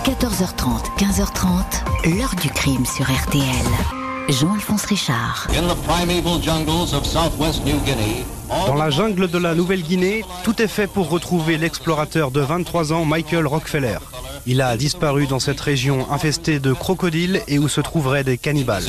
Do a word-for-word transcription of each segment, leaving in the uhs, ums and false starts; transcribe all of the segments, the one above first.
quatorze heures trente, quinze heures trente, l'heure du crime sur R T L. Jean-Alphonse Richard. Dans la jungle de la Nouvelle-Guinée, tout est fait pour retrouver l'explorateur de vingt-trois ans, Michael Rockefeller. Il a disparu dans cette région infestée de crocodiles et où se trouveraient des cannibales.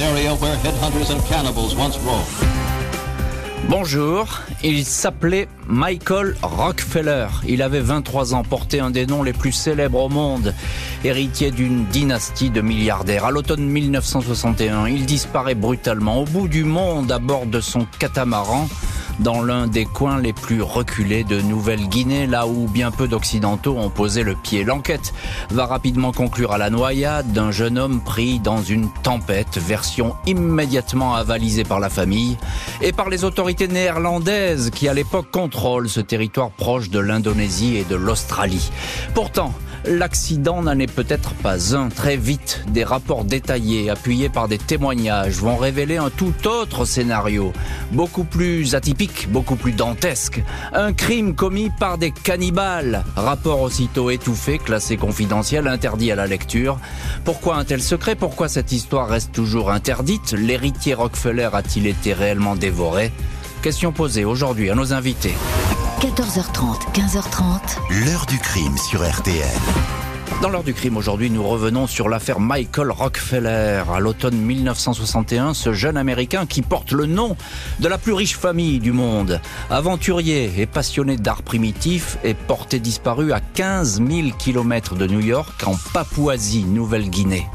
Bonjour, il s'appelait Michael Rockefeller. Il avait vingt-trois ans, portait un des noms les plus célèbres au monde, héritier d'une dynastie de milliardaires. À l'automne mille neuf cent soixante et un, il disparaît brutalement au bout du monde à bord de son catamaran dans l'un des coins les plus reculés de Nouvelle-Guinée, là où bien peu d'Occidentaux ont posé le pied. L'enquête va rapidement conclure à la noyade d'un jeune homme pris dans une tempête, version immédiatement avalisée par la famille et par les autorités néerlandaises qui à l'époque contrôlent ce territoire proche de l'Indonésie et de l'Australie. Pourtant, l'accident n'en est peut-être pas un. Très vite, des rapports détaillés, appuyés par des témoignages, vont révéler un tout autre scénario, beaucoup plus atypique, beaucoup plus dantesque. Un crime commis par des cannibales. Rapport aussitôt étouffé, classé confidentiel, interdit à la lecture. Pourquoi un tel secret ? Pourquoi cette histoire reste toujours interdite ? L'héritier Rockefeller a-t-il été réellement dévoré ? Question posée aujourd'hui à nos invités. quatorze heures trente, quinze heures trente. L'heure du crime sur R T L. Dans l'heure du crime aujourd'hui, nous revenons sur l'affaire Michael Rockefeller. À l'automne mille neuf cent soixante et un, ce jeune Américain qui porte le nom de la plus riche famille du monde, aventurier et passionné d'art primitif, est porté disparu à quinze mille kilomètres de New York, en Papouasie, Nouvelle-Guinée.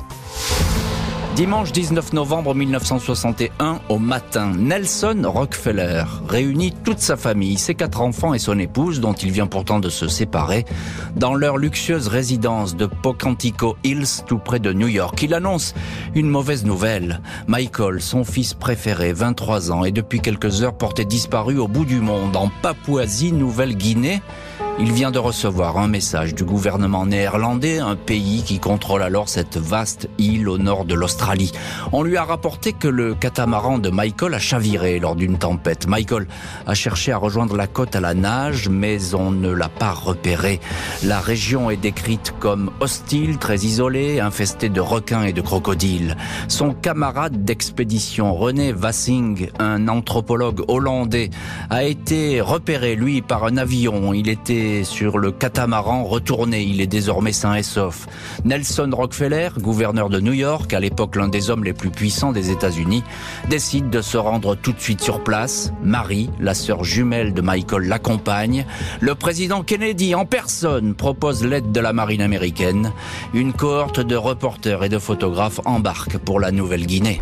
Dimanche dix-neuf novembre mille neuf cent soixante et un, au matin, Nelson Rockefeller réunit toute sa famille, ses quatre enfants et son épouse, dont il vient pourtant de se séparer, dans leur luxueuse résidence de Pocantico Hills, tout près de New York. Il annonce une mauvaise nouvelle. Michael, son fils préféré, vingt-trois ans, est depuis quelques heures porté disparu au bout du monde, en Papouasie, Nouvelle-Guinée. Il vient de recevoir un message du gouvernement néerlandais, un pays qui contrôle alors cette vaste île au nord de l'Australie. On lui a rapporté que le catamaran de Michael a chaviré lors d'une tempête. Michael a cherché à rejoindre la côte à la nage, mais on ne l'a pas repéré. La région est décrite comme hostile, très isolée, infestée de requins et de crocodiles. Son camarade d'expédition, René Vassing, un anthropologue hollandais, a été repéré, lui, par un avion. Il était sur le catamaran retourné. Il est désormais sain et sauf. Nelson Rockefeller, gouverneur de New York, à l'époque l'un des hommes les plus puissants des États-Unis, décide de se rendre tout de suite sur place. Marie, la sœur jumelle de Michael, l'accompagne. Le président Kennedy, en personne, propose l'aide de la marine américaine. Une cohorte de reporters et de photographes embarque pour la Nouvelle-Guinée.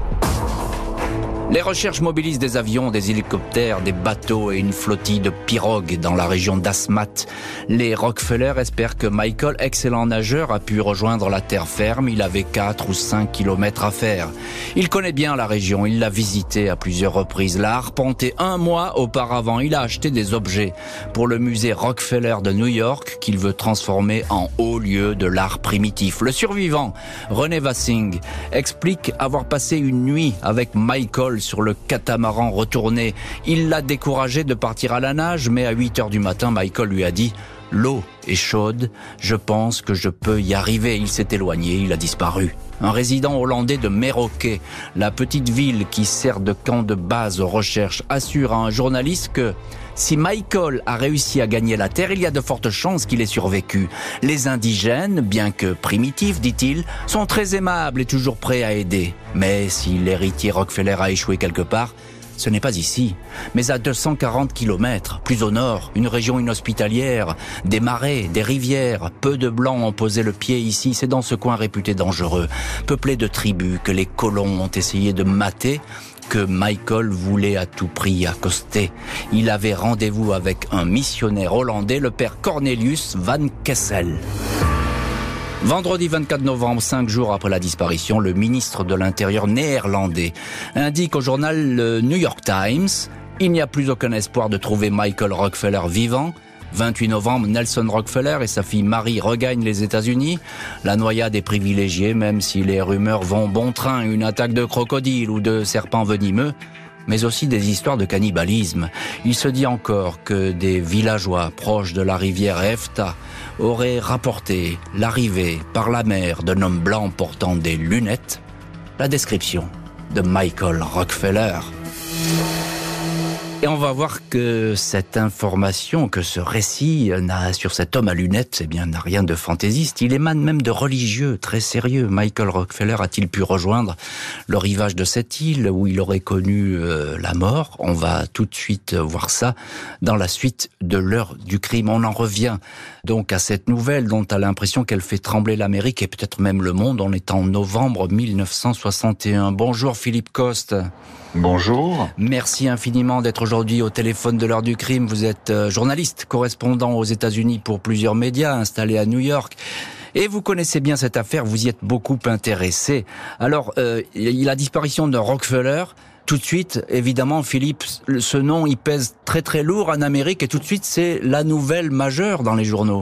Les recherches mobilisent des avions, des hélicoptères, des bateaux et une flottille de pirogues dans la région d'Asmat. Les Rockefeller espèrent que Michael, excellent nageur, a pu rejoindre la terre ferme. Il avait quatre ou cinq kilomètres à faire. Il connaît bien la région, il l'a visitée à plusieurs reprises, l'a arpentée un mois auparavant. Il a acheté des objets pour le musée Rockefeller de New York qu'il veut transformer en haut lieu de l'art primitif. Le survivant, René Vassing, explique avoir passé une nuit avec Michael sur le catamaran retourné. Il l'a découragé de partir à la nage, mais à huit heures du matin, Michael lui a dit « L'eau est chaude, je pense que je peux y arriver ». Il s'est éloigné, il a disparu. Un résident hollandais de Meroké, la petite ville qui sert de camp de base aux recherches, assure à un journaliste que si Michael a réussi à gagner la terre, il y a de fortes chances qu'il ait survécu. Les indigènes, bien que primitifs, dit-il, sont très aimables et toujours prêts à aider. Mais si l'héritier Rockefeller a échoué quelque part, ce n'est pas ici, mais à deux cent quarante kilomètres, plus au nord, une région inhospitalière, des marais, des rivières. Peu de blancs ont posé le pied ici, c'est dans ce coin réputé dangereux, peuplé de tribus que les colons ont essayé de mater, que Michael voulait à tout prix accoster. Il avait rendez-vous avec un missionnaire hollandais, le père Cornelius van Kessel. Vendredi vingt-quatre novembre, cinq jours après la disparition, le ministre de l'Intérieur néerlandais indique au journal le New York Times « Il n'y a plus aucun espoir de trouver Michael Rockefeller vivant ». vingt-huit novembre, Nelson Rockefeller et sa fille Marie regagnent les États-Unis. La noyade est privilégiée, même si les rumeurs vont bon train. Une attaque de crocodile ou de serpents venimeux mais aussi des histoires de cannibalisme. Il se dit encore que des villageois proches de la rivière Efta auraient rapporté l'arrivée par la mer d'un homme blanc portant des lunettes. La description de Michael Rockefeller. Et on va voir que cette information, que ce récit n'a, sur cet homme à lunettes, eh bien, n'a rien de fantaisiste. Il émane même de religieux, très sérieux. Michael Rockefeller a-t-il pu rejoindre le rivage de cette île où il aurait connu euh, la mort? On va tout de suite voir ça dans la suite de l'heure du crime. On en revient donc à cette nouvelle dont on a l'impression qu'elle fait trembler l'Amérique et peut-être même le monde. On est en novembre mille neuf cent soixante et un. Bonjour Philippe Coste. Bonjour. Merci infiniment d'être aujourd'hui au téléphone de l'heure du crime. Vous êtes journaliste, correspondant aux États-Unis pour plusieurs médias, installé à New York. Et vous connaissez bien cette affaire, vous y êtes beaucoup intéressé. Alors, euh, la disparition de Rockefeller, tout de suite, évidemment, Philippe, ce nom, il pèse très très lourd en Amérique et tout de suite, c'est la nouvelle majeure dans les journaux.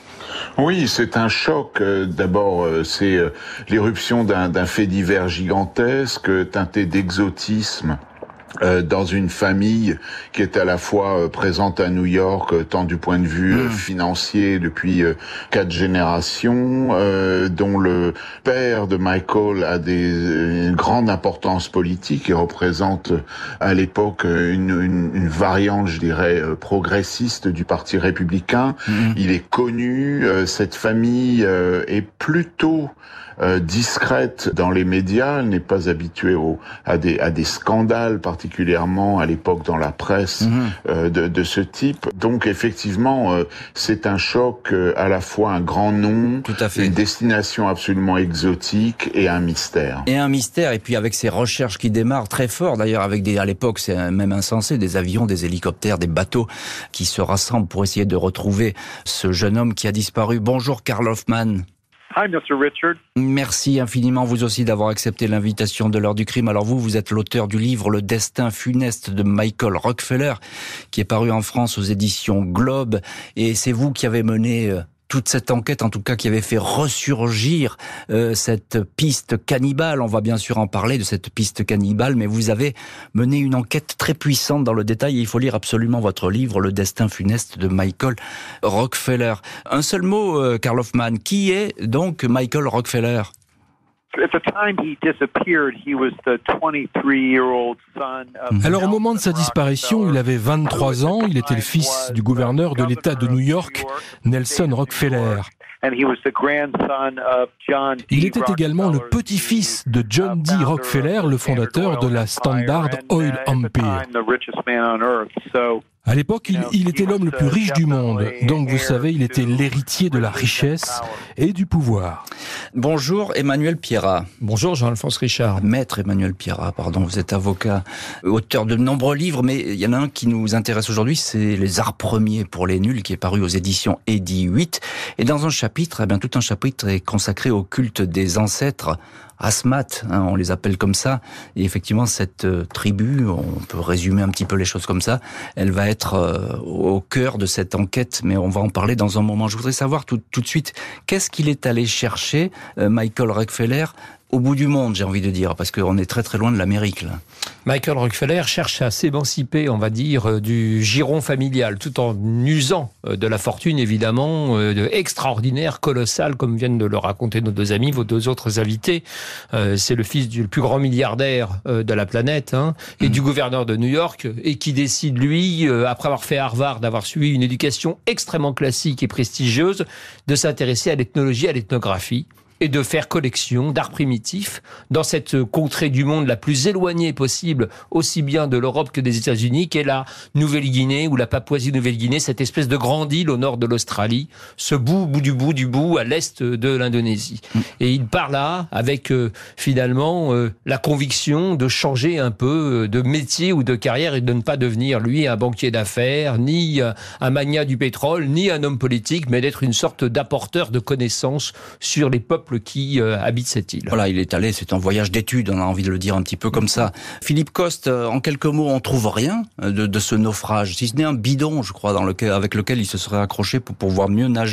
Oui, c'est un choc. D'abord, c'est l'éruption d'un, d'un fait divers gigantesque, teinté d'exotisme. Euh, dans une famille qui est à la fois euh, présente à New York, euh, tant du point de vue euh, financier depuis euh, quatre générations, euh, dont le père de Michael a des, une grande importance politique et représente euh, à l'époque une, une, une variante, je dirais, euh, progressiste du Parti républicain. Mmh. Il est connu, euh, cette famille euh, est plutôt Euh, discrète dans les médias, elle n'est pas habituée au, à des à des scandales, particulièrement à l'époque dans la presse mmh. euh, de, de ce type. Donc effectivement, euh, c'est un choc euh, à la fois un grand nom, tout à fait, une destination absolument exotique et un mystère. Et un mystère, et puis avec ces recherches qui démarrent très fort, d'ailleurs avec des, à l'époque c'est même insensé, des avions, des hélicoptères, des bateaux qui se rassemblent pour essayer de retrouver ce jeune homme qui a disparu. Bonjour Karl Hoffman. Hi, Mister Richard. Merci infiniment, vous aussi, d'avoir accepté l'invitation de l'heure du crime. Alors vous, vous êtes l'auteur du livre Le destin funeste de Michael Rockefeller, qui est paru en France aux éditions Globe. Et c'est vous qui avez mené euh, toute cette enquête, en tout cas, qui avait fait ressurgir euh, cette piste cannibale. On va bien sûr en parler de cette piste cannibale, mais vous avez mené une enquête très puissante dans le détail. Et il faut lire absolument votre livre, Le destin funeste de Michael Rockefeller. Un seul mot, euh, Karl Hoffman. Qui est donc Michael Rockefeller ? Alors au moment de sa disparition, il avait vingt-trois ans, il était le fils du gouverneur de l'État de New York, Nelson Rockefeller. Il était également le petit-fils de John D. Rockefeller, le fondateur de la Standard Oil Empire. À l'époque, il, il était l'homme le plus riche du monde. Donc, vous savez, il était l'héritier de la richesse et du pouvoir. Bonjour, Emmanuel Pierrat. Bonjour, Jean-Alphonse Richard. Maître Emmanuel Pierrat, pardon, vous êtes avocat, auteur de nombreux livres, mais il y en a un qui nous intéresse aujourd'hui, c'est Les arts premiers pour les nuls, qui est paru aux éditions Eddy huit. Et dans un chapitre, eh bien, tout un chapitre est consacré au culte des ancêtres, Asmat, hein, on les appelle comme ça. Et effectivement, cette euh, tribu, on peut résumer un petit peu les choses comme ça, elle va être euh, au cœur de cette enquête, mais on va en parler dans un moment. Je voudrais savoir tout, tout de suite, qu'est-ce qu'il est allé chercher, euh, Michael Rockefeller, au bout du monde, j'ai envie de dire, parce qu'on est très très loin de l'Amérique, là. Michael Rockefeller cherche à s'émanciper, on va dire, du giron familial, tout en usant de la fortune, évidemment, de extraordinaire, colossale, comme viennent de le raconter nos deux amis, vos deux autres invités. Euh, c'est le fils du plus grand milliardaire de la planète, hein, et mmh. du gouverneur de New York, et qui décide, lui, après avoir fait Harvard, d'avoir suivi une éducation extrêmement classique et prestigieuse, de s'intéresser à l'ethnologie, à l'ethnographie, et de faire collection d'art primitif dans cette contrée du monde la plus éloignée possible, aussi bien de l'Europe que des États-Unis, qu'est la Nouvelle-Guinée ou la Papouasie-Nouvelle-Guinée, cette espèce de grande île au nord de l'Australie, ce bout, bout du bout du bout à l'est de l'Indonésie. Mmh. Et il part là avec euh, finalement euh, la conviction de changer un peu de métier ou de carrière et de ne pas devenir, lui, un banquier d'affaires, ni euh, un magnat du pétrole, ni un homme politique, mais d'être une sorte d'apporteur de connaissances sur les peuples qui euh, habite cette île. Voilà, il est allé, c'est un voyage d'études, on a envie de le dire un petit peu comme ça. Philippe Coste, en quelques mots, on trouve rien de, de ce naufrage, si ce n'est un bidon, je crois, dans lequel, avec lequel il se serait accroché pour pouvoir mieux nager.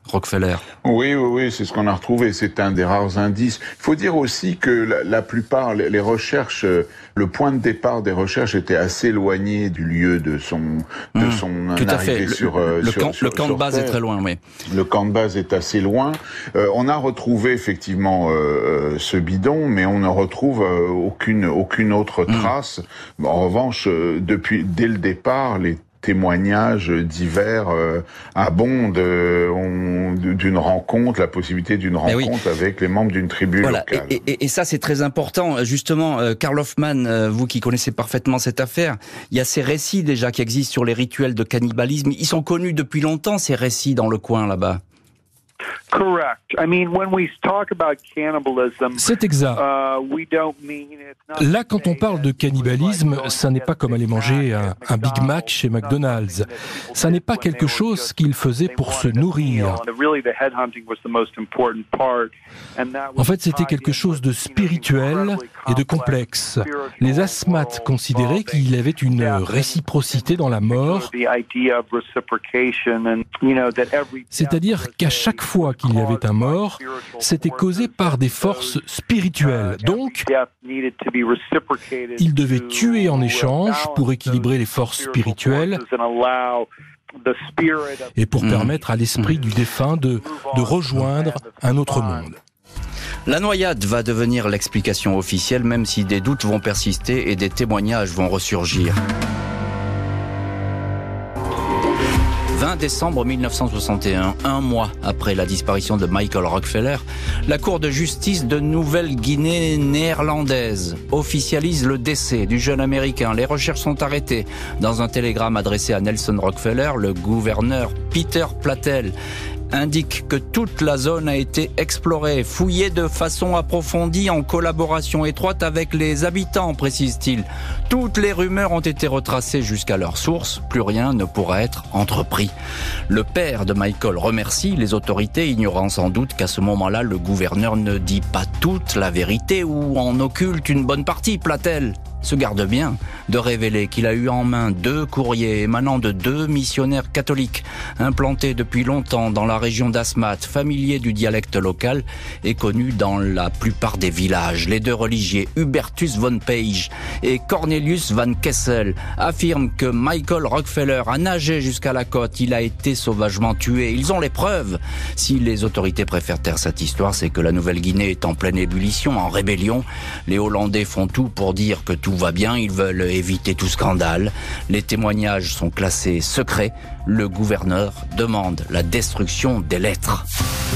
Rockefeller. Oui, oui, oui, c'est ce qu'on a retrouvé. C'est un des rares indices. Il faut dire aussi que la, la plupart, les, les recherches, le point de départ des recherches était assez éloigné du lieu de son, de son mmh, tout arrivée à fait. sur, le, le sur, camp, sur, le camp sur de base Terre. est très loin, oui. Le camp de base est assez loin. Euh, on a retrouvé effectivement euh, ce bidon, mais on ne retrouve euh, aucune, aucune autre trace. Mmh. En revanche, euh, depuis, dès le départ, les témoignages divers euh, abondent euh, on, d'une rencontre, la possibilité d'une rencontre oui. avec les membres d'une tribu voilà. locale. Et, et, et ça, c'est très important. Justement, euh, Carl Hoffman, euh, vous qui connaissez parfaitement cette affaire, il y a ces récits déjà qui existent sur les rituels de cannibalisme. Ils sont connus depuis longtemps, ces récits dans le coin là-bas. Correct. I mean, when we talk about cannibalism, c'est exact. Uh, we don't mean it's not Là, quand on parle de cannibalisme, ça n'est pas comme aller manger un, un Big Mac chez McDonald's. Ça n'est pas quelque chose qu'ils faisaient pour se nourrir. En fait, c'était quelque chose de spirituel et de complexe. Les asthmates considéraient qu'il y avait une réciprocité dans la mort, c'est-à-dire qu'à chaque fois qu'il y avait un mort, c'était causé par des forces spirituelles. Donc, il devait tuer en échange pour équilibrer les forces spirituelles et pour permettre à l'esprit du défunt de, de rejoindre un autre monde. La noyade va devenir l'explication officielle, même si des doutes vont persister et des témoignages vont ressurgir. vingt décembre mille neuf cent soixante et un, un mois après la disparition de Michael Rockefeller, la Cour de justice de Nouvelle-Guinée néerlandaise officialise le décès du jeune Américain. Les recherches sont arrêtées. Dans un télégramme adressé à Nelson Rockefeller, le gouverneur Peter Platel indique que toute la zone a été explorée, fouillée de façon approfondie en collaboration étroite avec les habitants, précise-t-il. Toutes les rumeurs ont été retracées jusqu'à leur source, plus rien ne pourra être entrepris. Le père de Michael remercie les autorités, ignorant sans doute qu'à ce moment-là, le gouverneur ne dit pas toute la vérité ou en occulte une bonne partie, Platel se garde bien de révéler qu'il a eu en main deux courriers émanant de deux missionnaires catholiques implantés depuis longtemps dans la région d'Asmat, familiers du dialecte local et connus dans la plupart des villages. Les deux religieux, Hubertus von Page et Cornelius van Kessel, affirment que Michael Rockefeller a nagé jusqu'à la côte. Il a été sauvagement tué. Ils ont les preuves. Si les autorités préfèrent taire cette histoire, c'est que la Nouvelle-Guinée est en pleine ébullition, en rébellion. Les Hollandais font tout pour dire que tout va bien, ils veulent éviter tout scandale. Les témoignages sont classés secrets. Le gouverneur demande la destruction des lettres.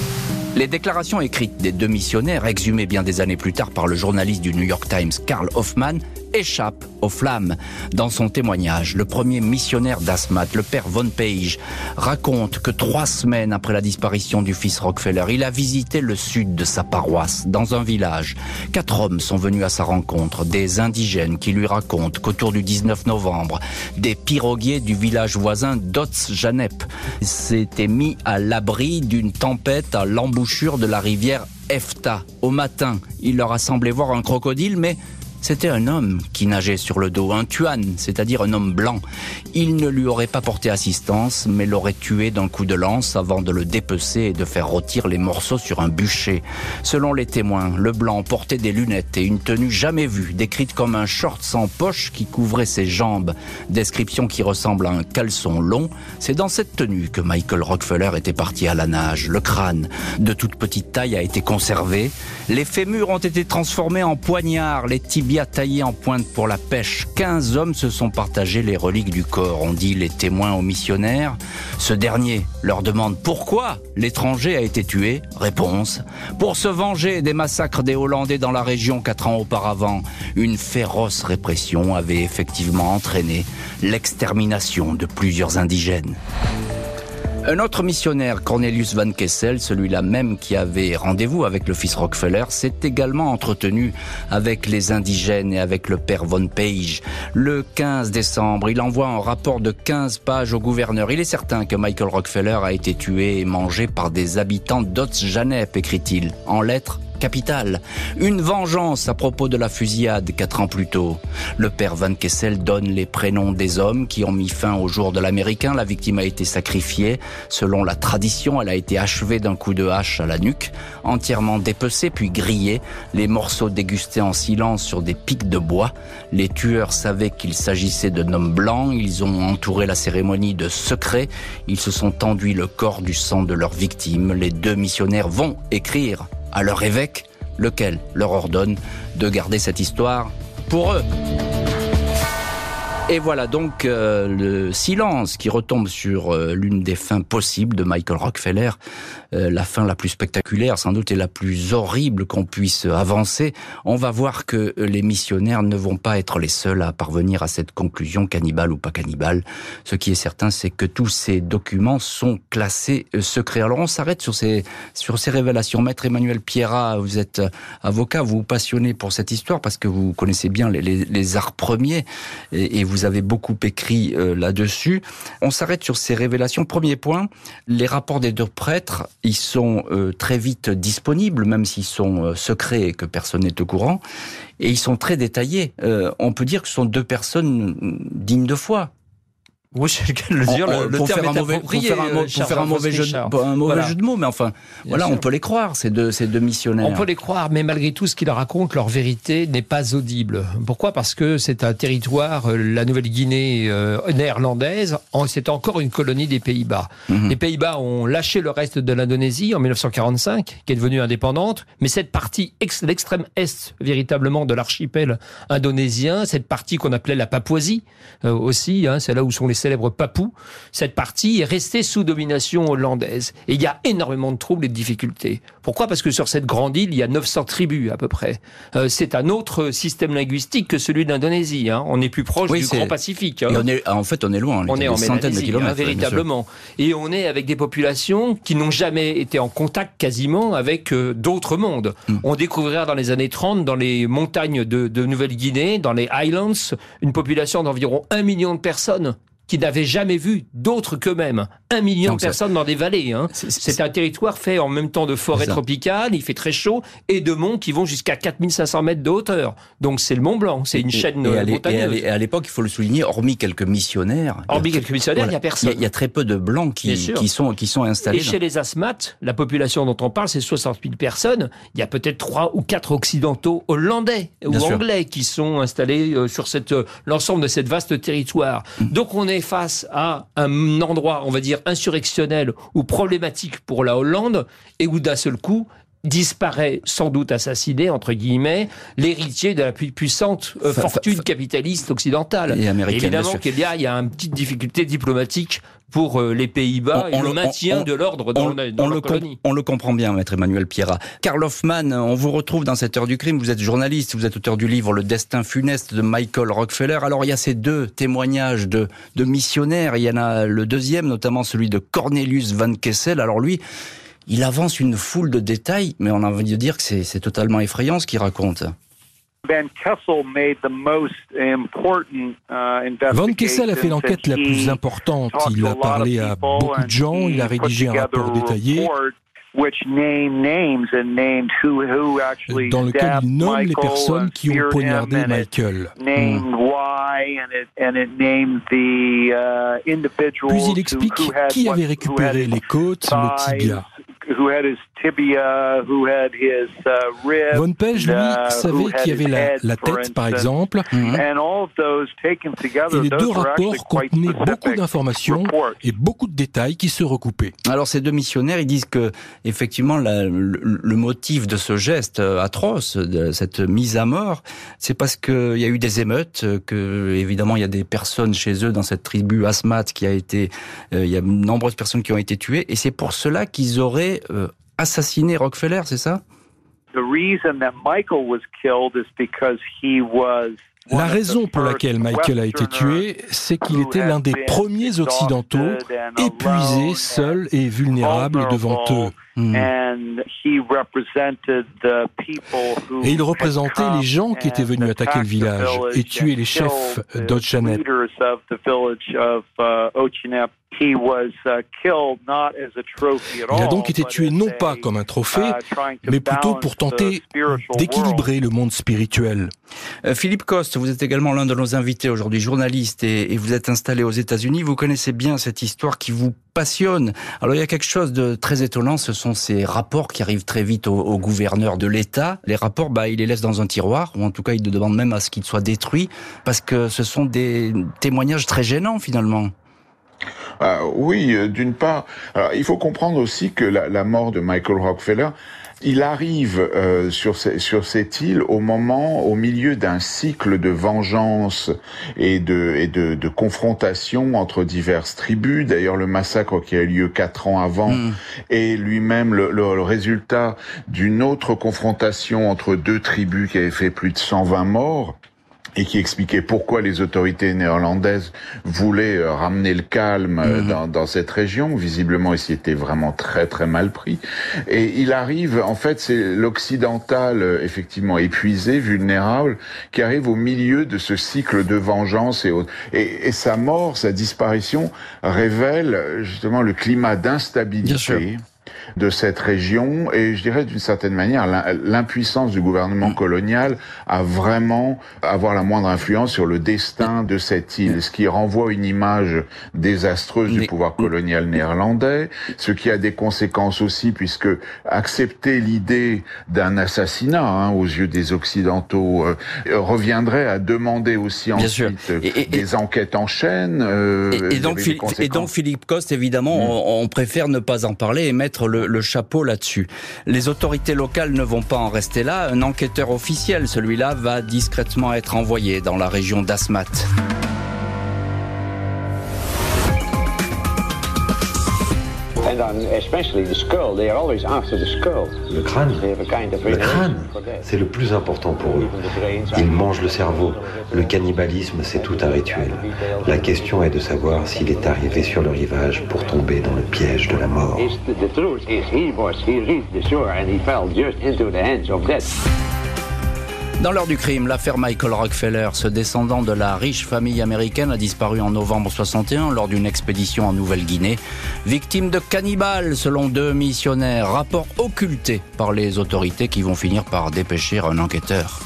Les déclarations écrites des deux missionnaires, exhumées bien des années plus tard par le journaliste du New York Times, Carl Hoffman, échappent aux flammes. Dans son témoignage, le premier missionnaire d'Asmat, le père Von Page, raconte que trois semaines après la disparition du fils Rockefeller, il a visité le sud de sa paroisse, dans un village. Quatre hommes sont venus à sa rencontre, des indigènes qui lui racontent qu'autour du dix-neuf novembre, des piroguiers du village voisin d'Otz-Janep s'étaient mis à l'abri d'une tempête à l'embouchure de la rivière Efta. Au matin, il leur a semblé voir un crocodile, mais c'était un homme qui nageait sur le dos, un tuan, c'est-à-dire un homme blanc. Il ne lui aurait pas porté assistance, mais l'aurait tué d'un coup de lance avant de le dépecer et de faire rôtir les morceaux sur un bûcher. Selon les témoins, le blanc portait des lunettes et une tenue jamais vue, décrite comme un short sans poche qui couvrait ses jambes. Description qui ressemble à un caleçon long. C'est dans cette tenue que Michael Rockefeller était parti à la nage. Le crâne, de toute petite taille, a été conservé. Les fémurs ont été transformés en poignards, les tibias taillés en pointe pour la pêche. Quinze hommes se sont partagés les reliques du corps, ont dit les témoins aux missionnaires. Ce dernier leur demande pourquoi l'étranger a été tué. Réponse: pour se venger des massacres des Hollandais dans la région quatre ans auparavant. Une féroce répression avait effectivement entraîné l'extermination de plusieurs indigènes. Un autre missionnaire, Cornelius van Kessel, celui-là même qui avait rendez-vous avec le fils Rockefeller, s'est également entretenu avec les indigènes et avec le père Von Page. Le quinze décembre, il envoie un rapport de quinze pages au gouverneur. Il est certain que Michael Rockefeller a été tué et mangé par des habitants d'Otz-Janep, écrit-il. En lettres, capitale. Une vengeance à propos de la fusillade quatre ans plus tôt. Le père Van Kessel donne les prénoms des hommes qui ont mis fin au jour de l'Américain. La victime a été sacrifiée. Selon la tradition, elle a été achevée d'un coup de hache à la nuque, entièrement dépecée puis grillée, les morceaux dégustés en silence sur des pics de bois. Les tueurs savaient qu'il s'agissait d'un homme blanc. Ils ont entouré la cérémonie de secret. Ils se sont enduits le corps du sang de leur victime. Les deux missionnaires vont écrire à leur évêque, lequel leur ordonne de garder cette histoire pour eux. Et voilà donc euh, le silence qui retombe sur euh, l'une des fins possibles de Michael Rockefeller, euh, la fin la plus spectaculaire, sans doute, et la plus horrible qu'on puisse avancer. On va voir que les missionnaires ne vont pas être les seuls à parvenir à cette conclusion, cannibale ou pas cannibale. Ce qui est certain, c'est que tous ces documents sont classés euh, secrets. Alors on s'arrête sur ces sur ces révélations. Maître Emmanuel Pierrat, vous êtes avocat, vous vous passionnez pour cette histoire parce que vous connaissez bien les, les, les arts premiers et, et vous Vous avez beaucoup écrit euh, là-dessus. On s'arrête sur ces révélations. Premier point, les rapports des deux prêtres, ils sont euh, très vite disponibles, même s'ils sont euh, secrets et que personne n'est au courant. Et ils sont très détaillés. Euh, on peut dire que ce sont deux personnes dignes de foi. Oui, c'est le cas de le dire. On, le, le pour terme faire est un mauvais, approprié, pour faire un, pour faire un mauvais, jeu, de, un mauvais voilà. jeu de mots, mais enfin, Bien voilà, sûr. On peut les croire, ces deux, ces deux missionnaires. On peut les croire, mais malgré tout, ce qu'ils racontent, leur vérité n'est pas audible. Pourquoi ? Parce que c'est un territoire, la Nouvelle-Guinée euh, néerlandaise, c'est encore une colonie des Pays-Bas. Mm-hmm. Les Pays-Bas ont lâché le reste de l'Indonésie en dix-neuf cent quarante-cinq, qui est devenue indépendante, mais cette partie, ex, l'extrême est, véritablement, de l'archipel indonésien, cette partie qu'on appelait la Papouasie, euh, aussi, hein, c'est là où sont les célèbres Papous, cette partie est restée sous domination hollandaise. Et il y a énormément de troubles et de difficultés. Pourquoi ? Parce que sur cette grande île, il y a neuf cents tribus à peu près. Euh, c'est un autre système linguistique que celui d'Indonésie. Hein. On est plus proche oui, du Grand Pacifique. Hein. Et on est, en fait, on est loin. On, on est en centaines de kilomètres. Hein, véritablement. Et on est avec des populations qui n'ont jamais été en contact quasiment avec euh, d'autres mondes. Mm. On découvrira dans les années trente, dans les montagnes de, de Nouvelle-Guinée, dans les Highlands, une population d'environ un million de personnes qui n'avaient jamais vu d'autres qu'eux-mêmes. Un million Donc de personnes ça... dans des vallées. Hein. C'est, c'est, c'est un territoire fait en même temps de forêt tropicale, il fait très chaud, et de monts qui vont jusqu'à quatre mille cinq cents mètres de hauteur. Donc c'est le Mont Blanc, c'est une et, chaîne et montagneuse. Et à l'époque, il faut le souligner, hormis quelques missionnaires... Hormis quelques missionnaires, il voilà. n'y a personne. Il y, y a très peu de Blancs qui, qui, sont, qui sont installés. Et chez les Asmates, la population dont on parle, c'est soixante mille personnes. Il y a peut-être trois ou quatre occidentaux hollandais ou Bien anglais sûr. Qui sont installés euh, sur cette, euh, l'ensemble de cette vaste territoire. Mmh. Donc on est face à un endroit, on va dire, insurrectionnel ou problématique pour la Hollande, et où d'un seul coup disparaît, sans doute assassiné, entre guillemets, l'héritier de la plus puissante euh, fortune capitaliste occidentale. Et américaine, évidemment qu'il y a, il y a une petite difficulté diplomatique pour euh, les Pays-Bas on, et on le, le maintien on, de l'ordre dans, on, dans on la le colonie. Com- on le comprend bien, maître Emmanuel Pierrat. Karl Hoffmann, on vous retrouve dans cette heure du crime. Vous êtes journaliste, vous êtes auteur du livre Le destin funeste de Michael Rockefeller. Alors il y a ces deux témoignages de, de missionnaires. Il y en a le deuxième, notamment celui de Cornelius Van Kessel. Alors lui, il avance une foule de détails, mais on a envie de dire que c'est, c'est totalement effrayant ce qu'il raconte. Van Kessel made the most important, uh, Van Kessel a fait l'enquête la plus importante. Il a parlé à beaucoup de gens, il a rédigé un rapport détaillé dans lequel il nomme les personnes qui ont poignardé Michael. Hmm. Puis il explique qui avait récupéré les côtes, le tibia. Von Page, lui, savait qui avait la, la tête, par exemple, mm-hmm. et les deux rapports contenaient beaucoup d'informations et beaucoup de détails qui se recoupaient. Alors ces deux missionnaires, ils disent que effectivement la, le, le motif de ce geste atroce, de cette mise à mort, c'est parce qu'il y a eu des émeutes, que évidemment il y a des personnes chez eux dans cette tribu Asmat qui a été, euh, il y a de nombreuses personnes qui ont été tuées, et c'est pour cela qu'ils auraient Euh, assassiné Rockefeller, c'est ça ? La raison pour laquelle Michael a été tué, c'est qu'il était l'un des premiers occidentaux épuisés, seuls et vulnérables devant eux. Mmh. Et il représentait les gens qui étaient venus attaquer le village et tuer les chefs d'Ochanep. Il a donc été tué non pas comme un trophée, mais plutôt pour tenter d'équilibrer le monde spirituel. Euh, Philippe Coste, vous êtes également l'un de nos invités aujourd'hui, journaliste, et, et vous êtes installé aux États-Unis. Vous connaissez bien cette histoire qui vous passionne. Alors il y a quelque chose de très étonnant, ce sont ces rapports qui arrivent très vite au, au gouverneur de l'État. Les rapports, bah, il les laisse dans un tiroir, ou en tout cas il demande même à ce qu'ils soient détruits, parce que ce sont des témoignages très gênants finalement. Ah, oui, euh, d'une part, alors, il faut comprendre aussi que la, la mort de Michael Rockefeller, il arrive euh, sur, ces, sur cette île au moment, au milieu d'un cycle de vengeance et de, et de, de confrontation entre diverses tribus. D'ailleurs, le massacre qui a eu lieu quatre ans avant mmh. est lui-même le, le, le résultat d'une autre confrontation entre deux tribus qui avait fait plus de cent vingt morts. Et qui expliquait pourquoi les autorités néerlandaises voulaient ramener le calme mmh. dans, dans cette région. Visiblement, il s'y était vraiment très très mal pris. Et il arrive, en fait, c'est l'occidental, effectivement épuisé, vulnérable, qui arrive au milieu de ce cycle de vengeance. Et, et, et sa mort, sa disparition, révèle justement le climat d'instabilité de cette région, et je dirais d'une certaine manière l'impuissance du gouvernement colonial à vraiment avoir la moindre influence sur le destin de cette île, ce qui renvoie une image désastreuse du pouvoir colonial néerlandais, ce qui a des conséquences aussi, puisque accepter l'idée d'un assassinat hein, aux yeux des Occidentaux euh, reviendrait à demander aussi ensuite et, et, des et, enquêtes en chaîne. Euh, et, et, donc, et donc Philippe Coste, évidemment, mmh. on, on préfère ne pas en parler et mettre le, le chapeau là-dessus. Les autorités locales ne vont pas en rester là. Un enquêteur officiel, celui-là, va discrètement être envoyé dans la région d'Asmat. Le crâne, le crâne, c'est le plus important pour eux. Ils mangent le cerveau. Le cannibalisme, c'est tout un rituel. La question est de savoir s'il est arrivé sur le rivage pour tomber dans le piège de la mort. Dans l'heure du crime, l'affaire Michael Rockefeller, ce descendant de la riche famille américaine, a disparu en novembre soixante et un lors d'une expédition en Nouvelle-Guinée. Victime de cannibales, selon deux missionnaires, rapport occulté par les autorités qui vont finir par dépêcher un enquêteur.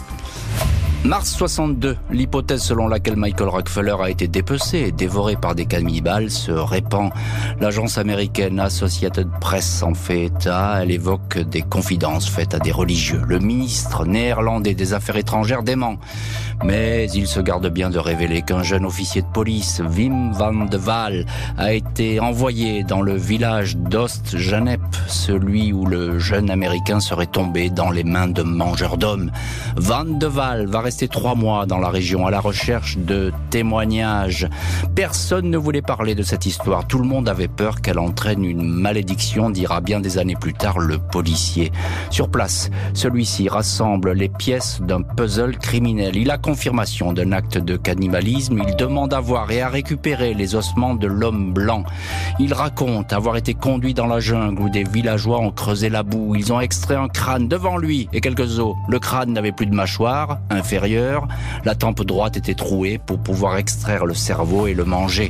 Mars soixante-deux, l'hypothèse selon laquelle Michael Rockefeller a été dépecé et dévoré par des cannibales se répand. L'agence américaine Associated Press en fait état. Elle évoque des confidences faites à des religieux. Le ministre néerlandais des Affaires étrangères dément. Mais il se garde bien de révéler qu'un jeune officier de police, Wim van de Waal, a été envoyé dans le village d'Oost-Janep, celui où le jeune Américain serait tombé dans les mains de mangeurs d'hommes. Van de Waal va rester trois mois dans la région à la recherche de témoignages. Personne ne voulait parler de cette histoire. Tout le monde avait peur qu'elle entraîne une malédiction, dira bien des années plus tard le policier. Sur place, celui-ci rassemble les pièces d'un puzzle criminel. Il a confirmation d'un acte de cannibalisme. Il demande à voir et à récupérer les ossements de l'homme blanc. Il raconte avoir été conduit dans la jungle où des villageois ont creusé la boue. Ils ont extrait un crâne devant lui et quelques os. Le crâne n'avait plus de mâchoire inférieure. La tempe droite était trouée pour pouvoir extraire le cerveau et le manger.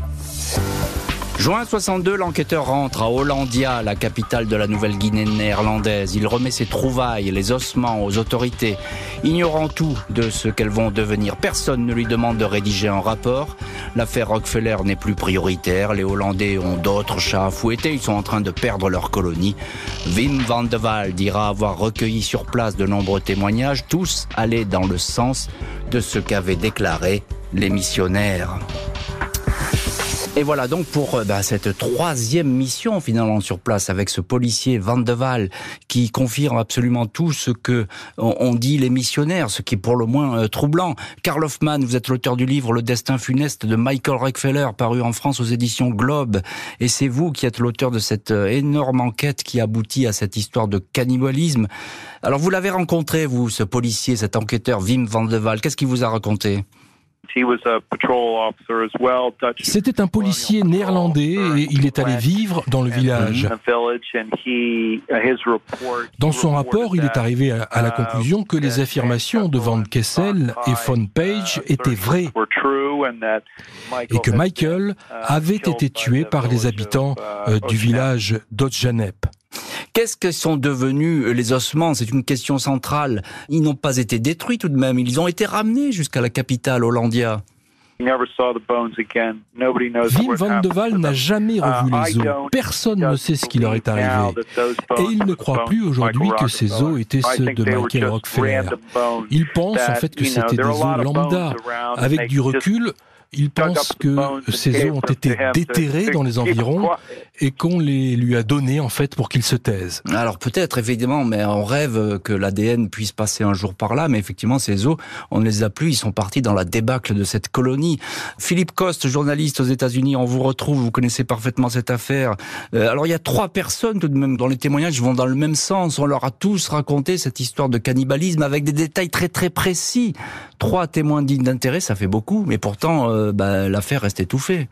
Juin soixante-deux, l'enquêteur rentre à Hollandia, la capitale de la Nouvelle-Guinée néerlandaise. Il remet ses trouvailles, les ossements aux autorités, ignorant tout de ce qu'elles vont devenir. Personne ne lui demande de rédiger un rapport. L'affaire Rockefeller n'est plus prioritaire. Les Hollandais ont d'autres chats à fouetter. Ils sont en train de perdre leur colonie. Wim van de Waal dira avoir recueilli sur place de nombreux témoignages. Tous allaient dans le sens de ce qu'avaient déclaré les missionnaires. Et voilà donc pour bah, cette troisième mission finalement sur place avec ce policier Van de Waal qui confirme absolument tout ce que on, on dit les missionnaires, ce qui est pour le moins euh, troublant. Carl Hoffman, vous êtes l'auteur du livre Le destin funeste de Michael Rockefeller, paru en France aux éditions Globe, et c'est vous qui êtes l'auteur de cette euh, énorme enquête qui aboutit à cette histoire de cannibalisme. Alors vous l'avez rencontré, vous, ce policier, cet enquêteur Wim Van de Waal, qu'est-ce qu'il vous a raconté ? C'était un policier néerlandais et il est allé vivre dans le village. Dans son rapport, il est arrivé à la conclusion que les affirmations de Van Kessel et von Page étaient vraies et que Michael avait été tué par les habitants du village d'Otjanep. Qu'est-ce que sont devenus les ossements? C'est une question centrale. Ils n'ont pas été détruits tout de même, ils ont été ramenés jusqu'à la capitale, Hollandia. Wim van de Waal n'a jamais revu les os. Personne ne sait ce qui leur est arrivé. Et il ne croit plus aujourd'hui que ces os étaient ceux de Michael Rockefeller. Il pense en fait que c'était des os lambda. Avec du recul, il pense que ces os ont été déterrés dans les environs et qu'on les lui a donnés en fait pour qu'il se taise. Alors peut-être, évidemment, mais on rêve que l'A D N puisse passer un jour par là, mais effectivement ces os, on ne les a plus, ils sont partis dans la débâcle de cette colonie. Philippe Coste, journaliste aux États-Unis, on vous retrouve, vous connaissez parfaitement cette affaire. Euh, alors il y a trois personnes tout de même dont les témoignages vont dans le même sens, on leur a tous raconté cette histoire de cannibalisme avec des détails très très précis. Trois témoins dignes d'intérêt, ça fait beaucoup, mais pourtant euh, bah, l'affaire reste étouffée.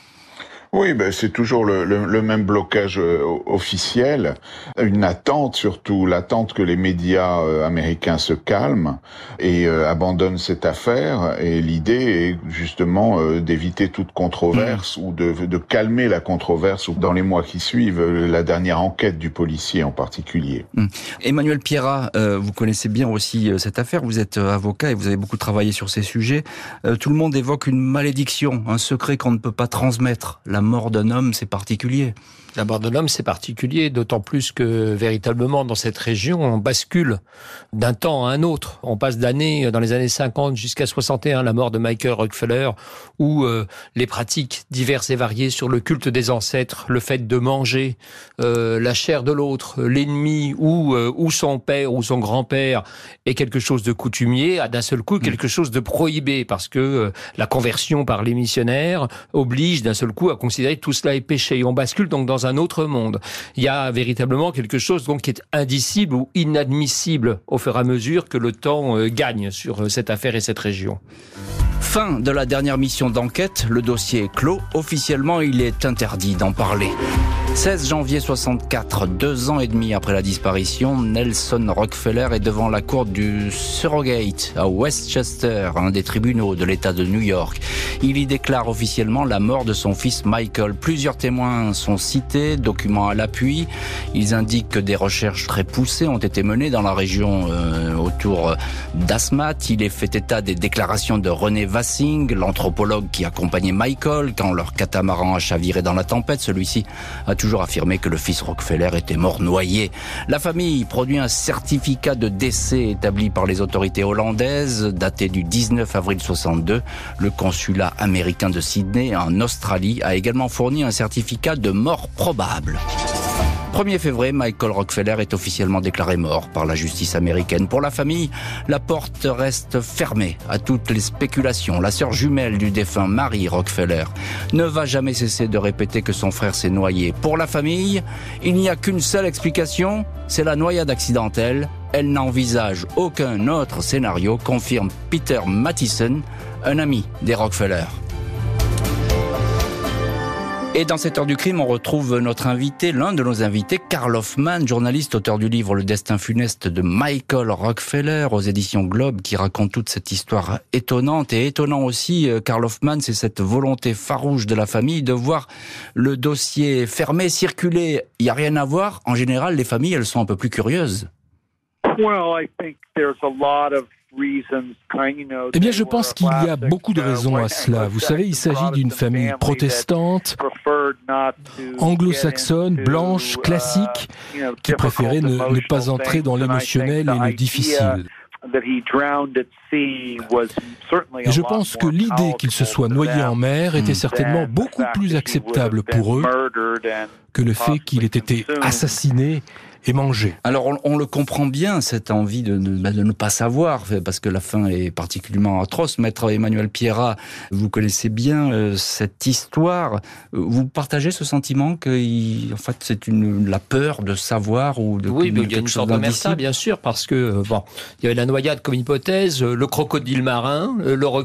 Oui, ben c'est toujours le, le, le même blocage euh, officiel, une attente surtout, l'attente que les médias euh, américains se calment et euh, abandonnent cette affaire. Et l'idée est justement euh, d'éviter toute controverse mmh. ou de, de calmer la controverse dans les mois qui suivent, euh, la dernière enquête du policier en particulier. Mmh. Emmanuel Pierrat, euh, vous connaissez bien aussi euh, cette affaire, vous êtes euh, avocat et vous avez beaucoup travaillé sur ces sujets. Euh, tout le monde évoque une malédiction, un secret qu'on ne peut pas transmettre. La mort d'un homme, c'est particulier. La mort d'un homme, c'est particulier, d'autant plus que véritablement dans cette région, on bascule d'un temps à un autre. On passe d'années, dans les années cinquante jusqu'à soixante et un, la mort de Michael Rockefeller, où euh, les pratiques diverses et variées sur le culte des ancêtres, le fait de manger euh, la chair de l'autre, l'ennemi ou, euh, ou son père ou son grand-père est quelque chose de coutumier, a d'un seul coup quelque chose de prohibé, parce que euh, la conversion par les missionnaires oblige d'un seul coup à considérer que tout cela est péché. Et on bascule donc dans un autre monde. Il y a véritablement quelque chose donc qui est indicible ou inadmissible au fur et à mesure que le temps euh, gagne sur euh, cette affaire et cette région. Fin de la dernière mission d'enquête, le dossier est clos. Officiellement, il est interdit d'en parler. seize janvier soixante-quatre, deux ans et demi après la disparition, Nelson Rockefeller est devant la cour du Surrogate à Westchester, un des tribunaux de l'État de New York. Il y déclare officiellement la mort de son fils Michael. Plusieurs témoins sont cités, documents à l'appui. Ils indiquent que des recherches très poussées ont été menées dans la région euh, autour d'Asmat. Il est fait état des déclarations de René Vassing, l'anthropologue qui accompagnait Michael quand leur catamaran a chaviré dans la tempête. Celui-ci a toujours affirmé que le fils Rockefeller était mort noyé. La famille produit un certificat de décès établi par les autorités hollandaises, daté du dix-neuf avril soixante-deux. Le consulat américain de Sydney, en Australie, a également fourni un certificat de mort probable. premier février, Michael Rockefeller est officiellement déclaré mort par la justice américaine. Pour la famille, la porte reste fermée à toutes les spéculations. La sœur jumelle du défunt, Mary Rockefeller, ne va jamais cesser de répéter que son frère s'est noyé. Pour la famille, il n'y a qu'une seule explication, c'est la noyade accidentelle. Elle n'envisage aucun autre scénario, confirme Peter Mattison, un ami des Rockefeller. Et dans cette heure du crime, on retrouve notre invité, l'un de nos invités, Carl Hoffman, journaliste, auteur du livre Le destin funeste de Michael Rockefeller aux éditions Globe, qui raconte toute cette histoire étonnante. Et étonnant aussi, Carl Hoffman, c'est cette volonté farouche de la famille de voir le dossier fermé, circuler. Il n'y a rien à voir. En général, les familles, elles sont un peu plus curieuses. Well, I think there's a lot of Eh bien, je pense qu'il y a beaucoup de raisons à cela. Vous savez, il s'agit d'une famille protestante, anglo-saxonne, blanche, classique, qui préférait ne, ne pas entrer dans l'émotionnel et le difficile. Et je pense que l'idée qu'il se soit noyé en mer était certainement beaucoup plus acceptable pour eux que le fait qu'il ait été assassiné et manger. Alors on, on le comprend bien, cette envie de, de, de ne pas savoir, parce que la fin est particulièrement atroce. Maître Emmanuel Pierrat, vous connaissez bien euh, cette histoire. Vous partagez ce sentiment que il, en fait, c'est une, la peur de savoir ou de oui, de, mais il y a une sorte d'omerta, bien sûr, parce que bon, il y avait la noyade comme hypothèse, le crocodile marin, le requin.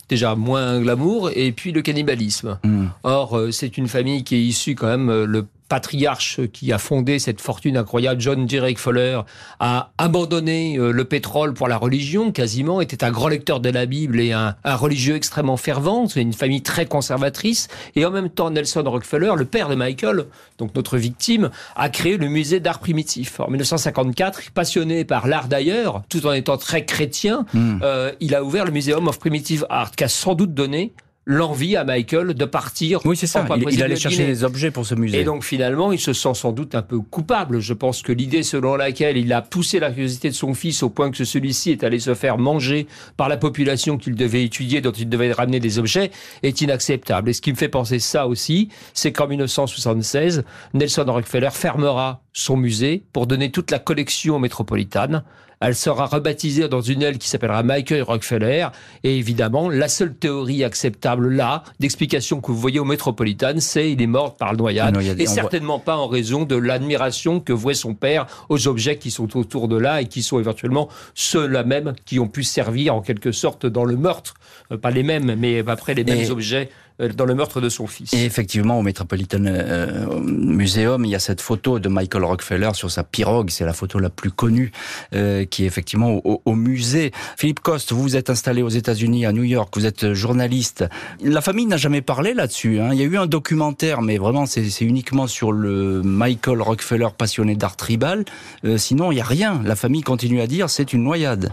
déjà moins glamour, et puis le cannibalisme. Mmh. Or, c'est une famille qui est issue quand même, le patriarche qui a fondé cette fortune incroyable, John J. Rockefeller, a abandonné le pétrole pour la religion, quasiment, était un grand lecteur de la Bible et un, un religieux extrêmement fervent. C'est une famille très conservatrice. Et en même temps, Nelson Rockefeller, le père de Michael, donc notre victime, a créé le musée d'art primitif. En dix-neuf cent cinquante-quatre, passionné par l'art d'ailleurs, tout en étant très chrétien, mmh. euh, il a ouvert le Museum of Primitive Art, qui a sans doute donné l'envie à Michael de partir. Oui, c'est ça. Il, il allait chercher des objets pour ce musée. Et donc, finalement, il se sent sans doute un peu coupable. Je pense que l'idée selon laquelle il a poussé la curiosité de son fils au point que celui-ci est allé se faire manger par la population qu'il devait étudier, dont il devait ramener des objets, est inacceptable. Et ce qui me fait penser ça aussi, c'est qu'en dix-neuf cent soixante-seize, Nelson Rockefeller fermera son musée pour donner toute la collection métropolitane. Elle sera rebaptisée dans une aile qui s'appellera Michael Rockefeller. Et évidemment, la seule théorie acceptable là, d'explication que vous voyez au Metropolitan, c'est il est mort par noyade. noyade. Et certainement voit... pas en raison de l'admiration que vouait son père aux objets qui sont autour de là et qui sont éventuellement ceux-là même qui ont pu servir en quelque sorte dans le meurtre. Euh, pas les mêmes, mais après les mêmes et... objets dans le meurtre de son fils. Et effectivement, au Metropolitan euh, Museum, il y a cette photo de Michael Rockefeller sur sa pirogue. C'est la photo la plus connue euh, qui est effectivement au, au musée. Philippe Coste, vous vous êtes installé aux États-Unis, à New York. Vous êtes journaliste. La famille n'a jamais parlé là-dessus. Hein. Il y a eu un documentaire, mais vraiment, c'est, c'est uniquement sur le Michael Rockefeller passionné d'art tribal. Euh, sinon, il n'y a rien. La famille continue à dire c'est une noyade.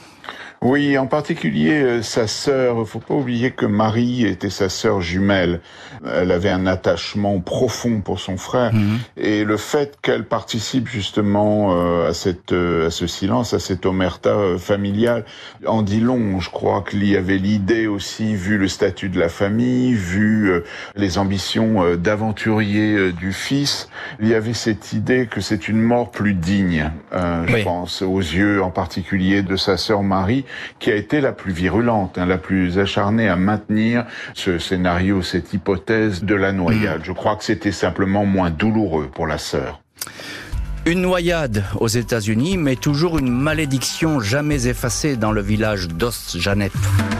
Oui, en particulier euh, sa sœur. Faut pas oublier que Marie était sa sœur jumelle. Elle avait un attachement profond pour son frère, mmh. et le fait qu'elle participe justement euh, à cette euh, à ce silence, à cette omerta euh, familiale, en dit long. Je crois qu'il y avait l'idée aussi, vu le statut de la famille, vu euh, les ambitions euh, d'aventurier euh, du fils, il y avait cette idée que c'est une mort plus digne. Euh, oui. Je pense aux yeux en particulier de sa sœur Marie, qui a été la plus virulente, hein, la plus acharnée à maintenir ce scénario, cette hypothèse de la noyade. Mmh. Je crois que c'était simplement moins douloureux pour la sœur. Une noyade aux États-Unis, mais toujours une malédiction jamais effacée dans le village d'Os-Janep.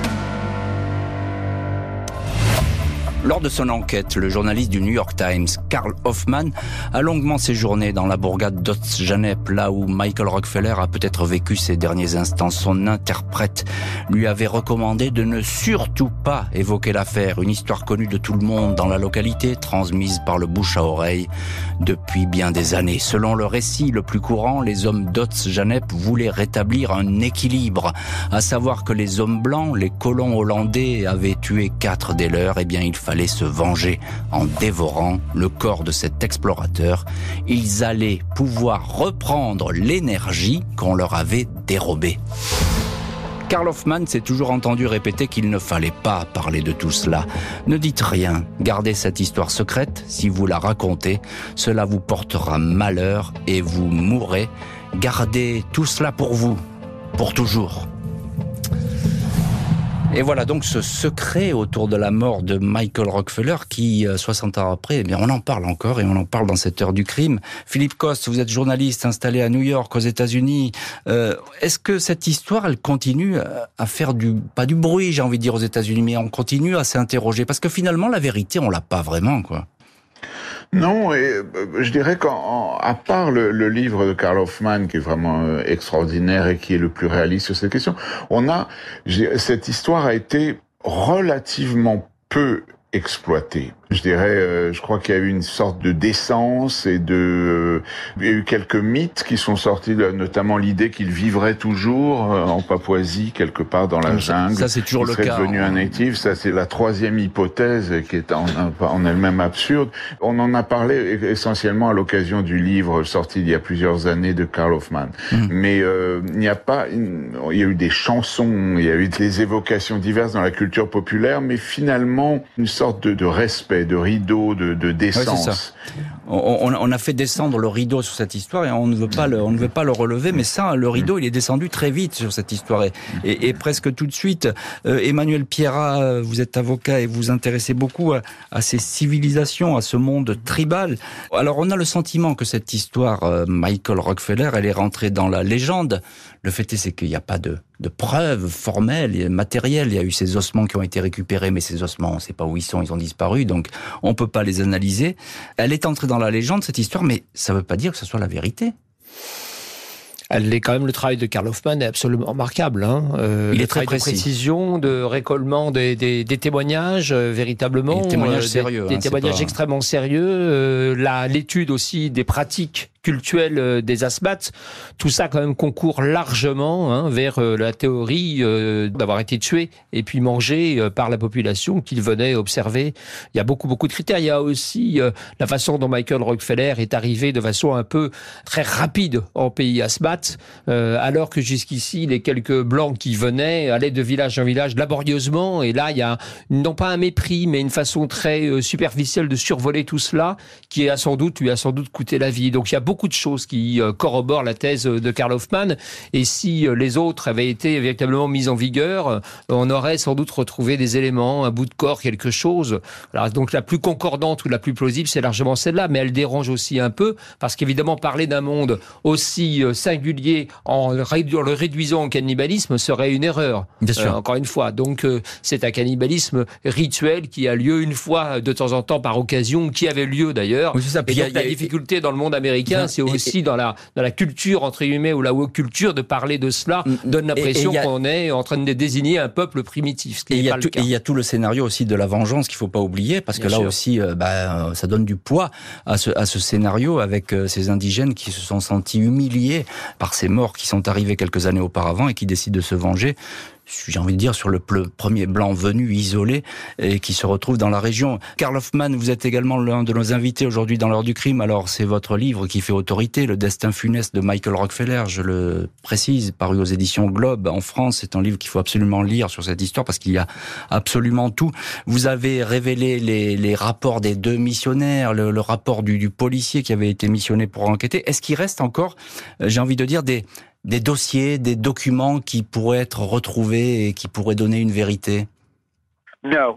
Lors de son enquête, le journaliste du New York Times, Carl Hoffman, a longuement séjourné dans la bourgade d'Os-Janep, là où Michael Rockefeller a peut-être vécu ses derniers instants. Son interprète lui avait recommandé de ne surtout pas évoquer l'affaire, une histoire connue de tout le monde dans la localité, transmise par le bouche à oreille depuis bien des années. Selon le récit le plus courant, les hommes d'Os-Janep voulaient rétablir un équilibre, à savoir que les hommes blancs, les colons hollandais, avaient tué quatre des leurs. Eh bien, il fallait allait se venger en dévorant le corps de cet explorateur. Ils allaient pouvoir reprendre l'énergie qu'on leur avait dérobée. Carl Hoffman s'est toujours entendu répéter qu'il ne fallait pas parler de tout cela. Ne dites rien, gardez cette histoire secrète. Si vous la racontez, cela vous portera malheur et vous mourrez. Gardez tout cela pour vous, pour toujours. Et voilà donc ce secret autour de la mort de Michael Rockefeller qui, soixante ans après, eh bien, on en parle encore et on en parle dans cette heure du crime. Philippe Coste, vous êtes journaliste installé à New York, aux États-Unis. Euh, est-ce que cette histoire, elle continue à faire du, pas du bruit, j'ai envie de dire, aux États-Unis, mais on continue à s'interroger? Parce que finalement, la vérité, on l'a pas vraiment, quoi. Non, et je dirais qu'à part le, le livre de Carl Hoffman, qui est vraiment euh, extraordinaire et qui est le plus réaliste sur cette question, on a, cette histoire a été relativement peu exploitée. Je dirais, euh, je crois qu'il y a eu une sorte de décence et de, euh, il y a eu quelques mythes qui sont sortis, notamment l'idée qu'il vivrait toujours euh, en Papouasie, quelque part dans la jungle. Ça, c'est toujours le cas. Il serait devenu un natif. Ça, c'est la troisième hypothèse qui est en, en elle-même absurde. On en a parlé essentiellement à l'occasion du livre sorti il y a plusieurs années de Carl Hoffman. Mmh. Mais euh, il n'y a pas, il y a eu des chansons, il y a eu des évocations diverses dans la culture populaire, mais finalement une sorte de, de respect, de rideau, de, de décence. On, on a fait descendre le rideau sur cette histoire et on ne veut pas le, on ne veut pas le relever, mais ça, le rideau, il est descendu très vite sur cette histoire et, et, et presque tout de suite. Euh, Emmanuel Pierrat, vous êtes avocat et vous intéressez beaucoup à, à ces civilisations, à ce monde tribal. Alors, on a le sentiment que cette histoire, euh, Michael Rockefeller, elle est rentrée dans la légende. Le fait est, c'est qu'il n'y a pas de, de preuves formelles et matérielles. Il y a eu ces ossements qui ont été récupérés, mais ces ossements, on ne sait pas où ils sont, ils ont disparu, donc on ne peut pas les analyser. Elle est entrée dans la légende, cette histoire, mais ça ne veut pas dire que ce soit la vérité. Elle est quand même, le travail de Karl Hoffmann est absolument remarquable. Hein. Euh, Il le est très travail précis. de précision, de récollement des, des, des témoignages, euh, véritablement. Des témoignages euh, sérieux. Des, hein, des témoignages pas... extrêmement sérieux. Euh, la, l'étude aussi des pratiques cultuelles des asthmates. Tout ça quand même concourt largement hein, vers euh, la théorie euh, d'avoir été tué et puis mangé euh, par la population qu'il venait observer. Il y a beaucoup, beaucoup de critères. Il y a aussi euh, la façon dont Michael Rockefeller est arrivé de façon un peu très rapide en pays asthmate, euh, alors que jusqu'ici, les quelques blancs qui venaient allaient de village en village laborieusement. Et là, il y a non pas un mépris, mais une façon très euh, superficielle de survoler tout cela qui a sans doute, lui a sans doute coûté la vie. Donc il y a beaucoup de choses qui euh, corroborent la thèse de Karl Hoffmann. Et si euh, les autres avaient été véritablement mis en vigueur, euh, on aurait sans doute retrouvé des éléments, un bout de corps, quelque chose. Alors, donc la plus concordante ou la plus plausible, c'est largement celle-là, mais elle dérange aussi un peu, parce qu'évidemment, parler d'un monde aussi euh, singulier en rédu- le réduisant au cannibalisme serait une erreur. Bien sûr. Euh, encore une fois. Donc euh, c'est un cannibalisme rituel qui a lieu une fois de temps en temps par occasion, qui avait lieu d'ailleurs. Oui, c'est ça. Puis et donc, y a, y a, la difficulté dans le monde américain, bien, c'est et, aussi et, dans la dans la culture entre guillemets ou la woke culture de parler de cela donne l'impression qu'on est en train de désigner un peuple primitif. Ce qui et il y, y, y a tout le scénario aussi de la vengeance qu'il faut pas oublier, parce que bien là sûr. aussi, euh, bah, ça donne du poids à ce à ce scénario avec euh, ces indigènes qui se sont sentis humiliés par ces morts qui sont arrivés quelques années auparavant et qui décident de se venger. J'ai envie de dire, sur le premier blanc venu, isolé, et qui se retrouve dans la région. Karl Hoffmann, vous êtes également l'un de nos invités aujourd'hui dans l'heure du crime. Alors, c'est votre livre qui fait autorité, Le destin funeste de Michael Rockefeller, je le précise, paru aux éditions Globe en France. C'est un livre qu'il faut absolument lire sur cette histoire, parce qu'il y a absolument tout. Vous avez révélé les, les rapports des deux missionnaires, le, le rapport du, du policier qui avait été missionné pour enquêter. Est-ce qu'il reste encore, j'ai envie de dire, des... des dossiers, des documents qui pourraient être retrouvés et qui pourraient donner une vérité? Non,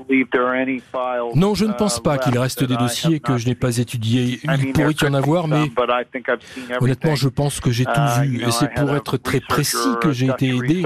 je ne pense pas qu'il reste des dossiers que je n'ai pas étudiés. Il pourrait y en avoir, mais honnêtement, je pense que j'ai tout vu. Et c'est pour être très précis que j'ai été aidé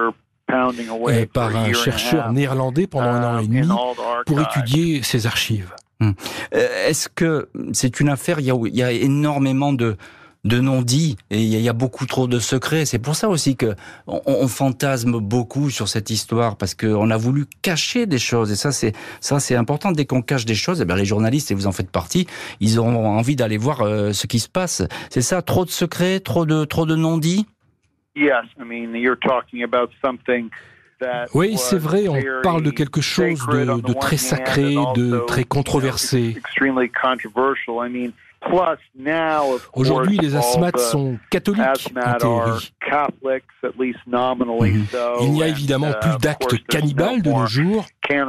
par un chercheur néerlandais pendant un an et demi pour étudier ces archives. Hum. Est-ce que c'est une affaire, il y a, il y a énormément de... de non-dits, et il y a beaucoup trop de secrets. C'est pour ça aussi que on, on fantasme beaucoup sur cette histoire, parce qu'on a voulu cacher des choses, et ça c'est ça c'est important. Dès qu'on cache des choses, eh bien, les journalistes, et vous en faites partie, ils auront envie d'aller voir euh, ce qui se passe. C'est ça, trop de secrets, trop de trop de non-dits. Oui, c'est vrai, on parle de quelque chose de, de très sacré, de très controversé. Aujourd'hui, les asthmates sont catholiques, en théorie. Mmh. Il n'y a évidemment plus d'actes cannibales de nos jours,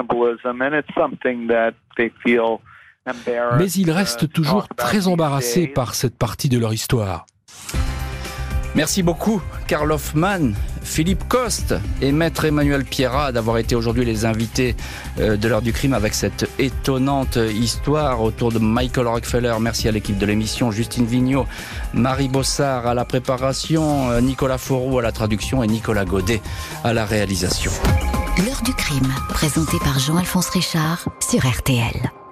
mais ils restent toujours très embarrassés par cette partie de leur histoire. Merci beaucoup, Karl Hoffmann, Philippe Coste et Maître Emmanuel Pierrat d'avoir été aujourd'hui les invités de l'heure du crime avec cette étonnante histoire autour de Michael Rockefeller. Merci à l'équipe de l'émission, Justine Vignot, Marie Bossard à la préparation, Nicolas Fourou à la traduction et Nicolas Godet à la réalisation. L'heure du crime, présentée par Jean-Alphonse Richard sur R T L.